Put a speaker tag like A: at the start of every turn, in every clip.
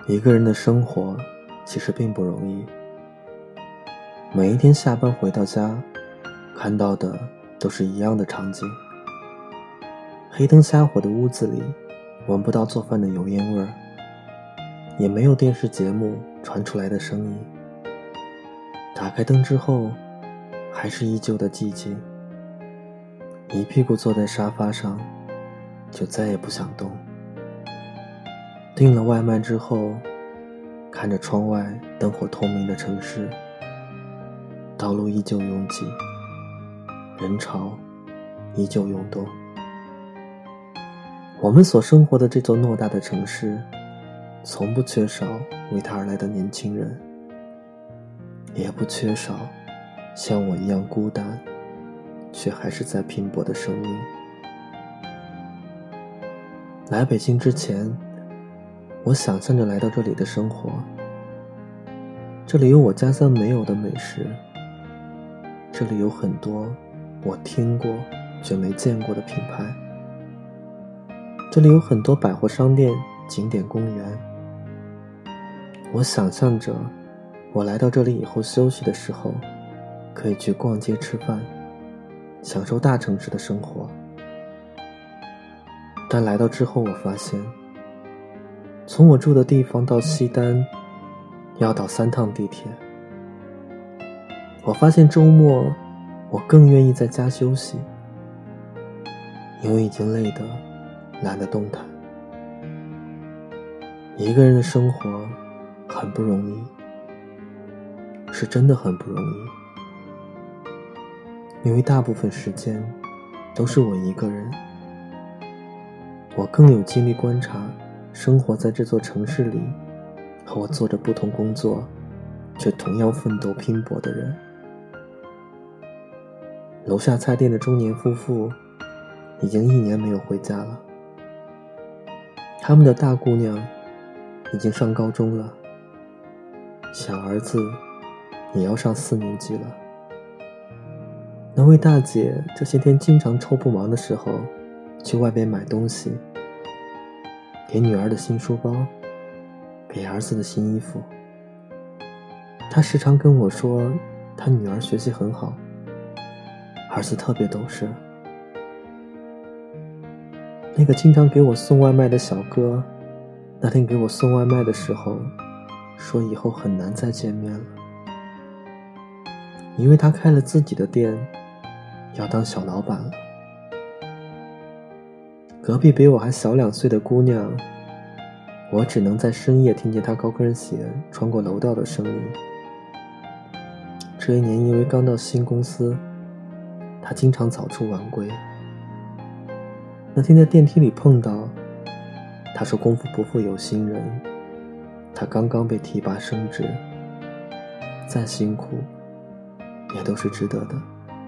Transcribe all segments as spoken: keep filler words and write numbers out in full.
A: 一个人的生活其实并不容易，每一天下班回到家，看到的都是一样的场景。黑灯瞎火的屋子里，闻不到做饭的油烟味儿，也没有电视节目传出来的声音。打开灯之后，还是依旧的寂静，一屁股坐在沙发上，就再也不想动。订了外卖之后，看着窗外灯火通明的城市，道路依旧拥挤，人潮依旧涌动。我们所生活的这座偌大的城市，从不缺少为它而来的年轻人，也不缺少像我一样孤单却还是在拼搏的生命。来北京之前，我想象着来到这里的生活，这里有我家乡没有的美食，这里有很多我听过却没见过的品牌，这里有很多百货商店、景点公园。我想象着我来到这里以后休息的时候，可以去逛街吃饭，享受大城市的生活。但来到之后，我发现从我住的地方到西单要倒三趟地铁。我发现周末我更愿意在家休息，因为已经累得懒得动弹。一个人的生活很不容易，是真的很不容易，因为大部分时间都是我一个人。我更有精力观察生活在这座城市里和我做着不同工作却同样奋斗拼搏的人。楼下菜店的中年夫妇已经一年没有回家了，他们的大姑娘已经上高中了，小儿子也要上四年级了。那位大姐这些天经常抽不忙的时候去外边买东西，给女儿的新书包，给儿子的新衣服。她时常跟我说，她女儿学习很好，儿子特别懂事。那个经常给我送外卖的小哥，那天给我送外卖的时候说以后很难再见面了，因为他开了自己的店，要当小老板了。隔壁比我还小两岁的姑娘，我只能在深夜听见她高跟鞋穿过楼道的声音。这一年因为刚到新公司，她经常早出晚归。那天在电梯里碰到，她说功夫不负有心人，她刚刚被提拔升职，再辛苦也都是值得的。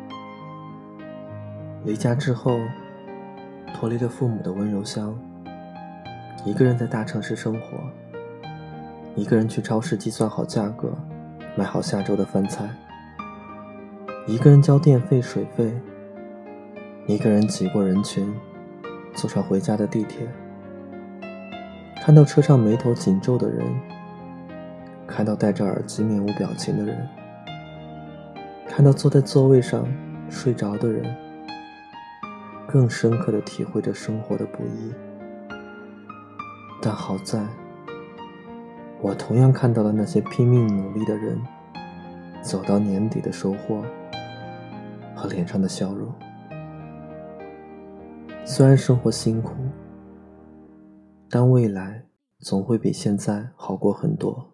A: 离家之后，脱离了父母的温柔乡，一个人在大城市生活，一个人去超市计算好价格，买好下周的饭菜，一个人交电费水费，一个人挤过人群，坐上回家的地铁，看到车上眉头紧皱的人，看到戴着耳机面无表情的人，看到坐在座位上睡着的人，更深刻地体会着生活的不易。但好在我同样看到了那些拼命努力的人走到年底的收获和脸上的笑容。虽然生活辛苦，但未来总会比现在好过很多。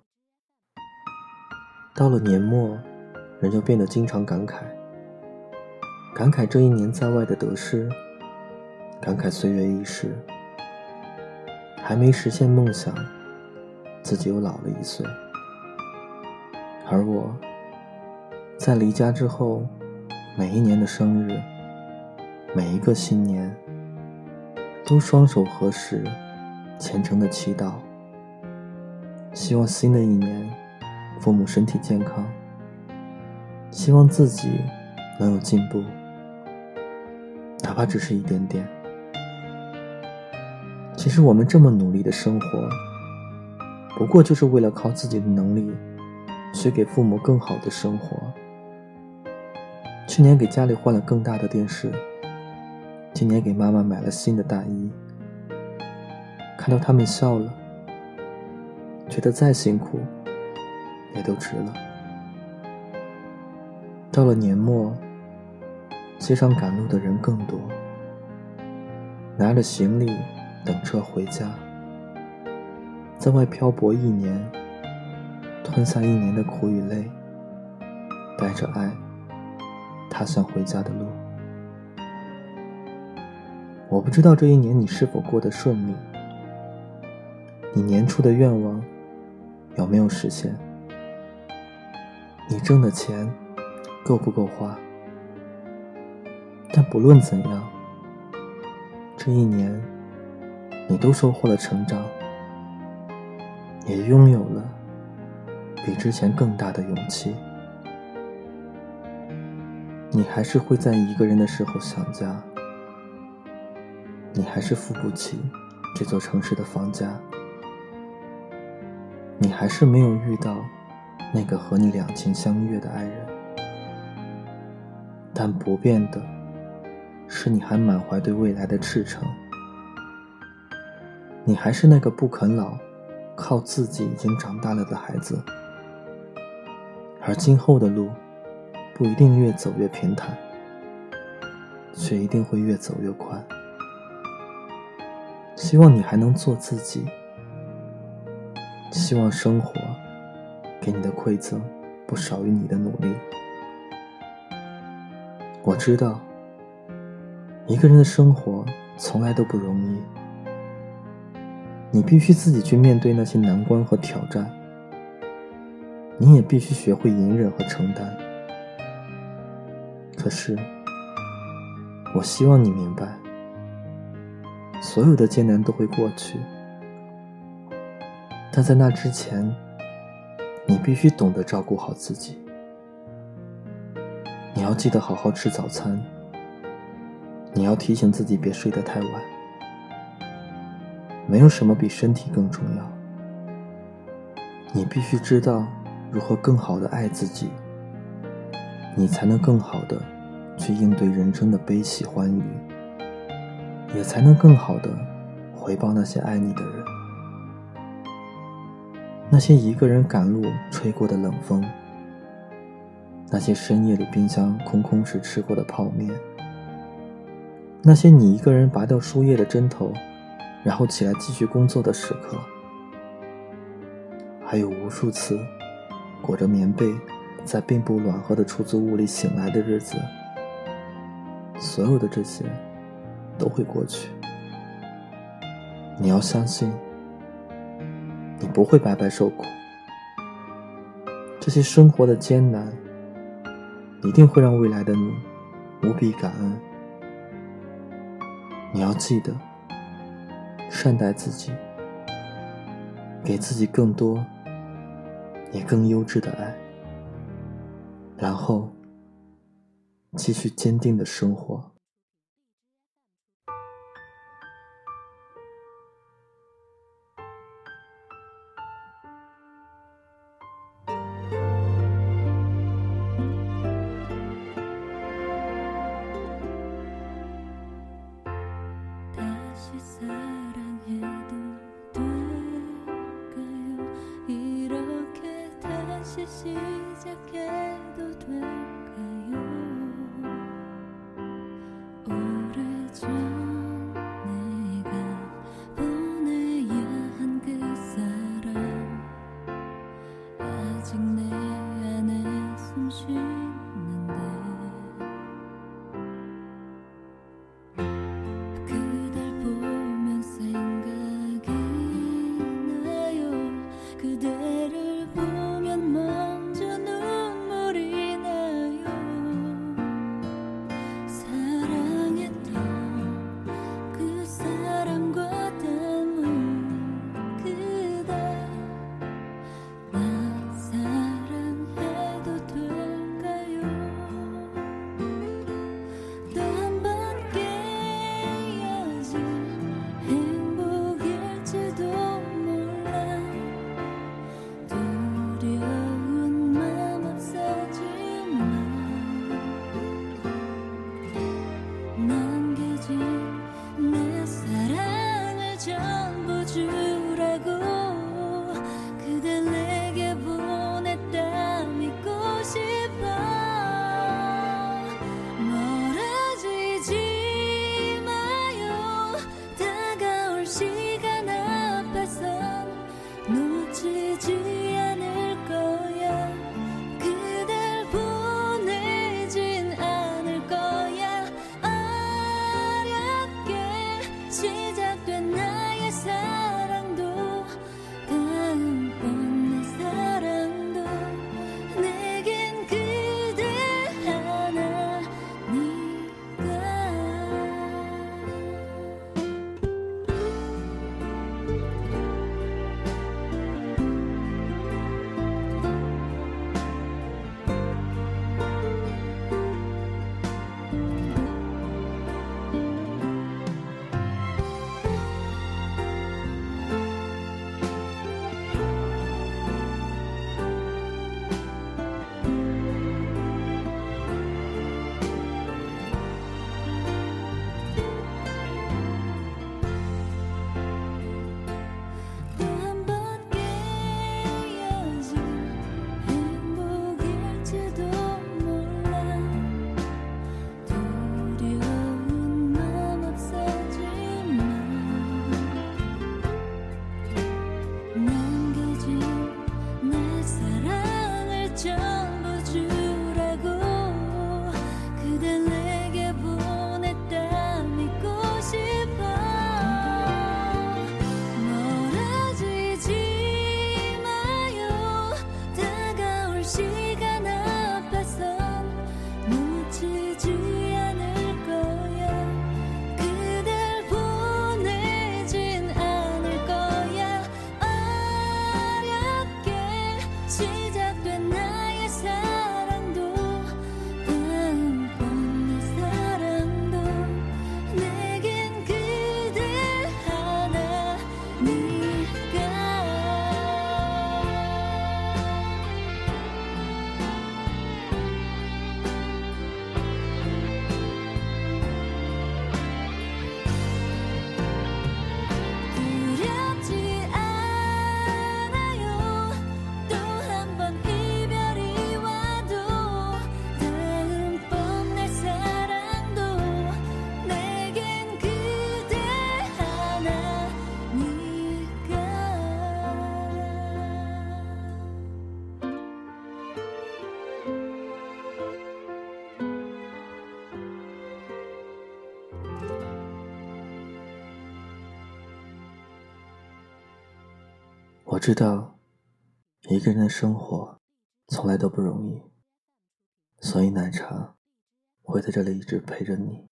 A: 到了年末，人就变得经常感慨，感慨这一年在外的得失，感慨岁月易逝，还没实现梦想，自己又老了一岁。而我在离家之后，每一年的生日，每一个新年，都双手合十，虔诚的祈祷，希望新的一年父母身体健康，希望自己能有进步，哪怕只是一点点。其实我们这么努力的生活， 不过就是为了靠自己的能力去给父母更好的生活。去年给家里换了更大的电视，今年给妈妈买了新的大衣。看到他们笑了，觉得再辛苦也都值了。到了年末，街上赶路的人更多，拿着行李等车回家。在外漂泊一年，吞下一年的苦与泪，带着爱踏向回家的路。我不知道这一年你是否过得顺利，你年初的愿望有没有实现，你挣的钱够不够花。但不论怎样，这一年你都收获了成长，也拥有了比之前更大的勇气。你还是会在一个人的时候想家，你还是付不起这座城市的房价，你还是没有遇到那个和你两情相悦的爱人。但不变的是，你还满怀对未来的赤诚，你还是那个不肯老，靠自己已经长大了的孩子。而今后的路不一定越走越平坦，却一定会越走越宽。希望你还能做自己，希望生活给你的馈赠不少于你的努力。我知道一个人的生活从来都不容易，你必须自己去面对那些难关和挑战，你也必须学会隐忍和承担。可是我希望你明白，所有的艰难都会过去，但在那之前，你必须懂得照顾好自己。你要记得好好吃早餐，你要提醒自己别睡得太晚。没有什么比身体更重要。你必须知道如何更好地爱自己，你才能更好地去应对人生的悲喜欢愉，也才能更好地回报那些爱你的人。那些一个人赶路吹过的冷风，那些深夜里冰箱空空时吃过的泡面，那些你一个人拔掉输液的针头然后起来继续工作的时刻，还有无数次裹着棉被在并不暖和的出租屋里醒来的日子。所有的这些都会过去。你要相信，你不会白白受苦，这些生活的艰难一定会让未来的你无比感恩。你要记得善待自己，给自己更多也更优质的爱，然后继续坚定的生活。 我知道一个人的生活从来都不容易，所以奶茶会在这里一直陪着你。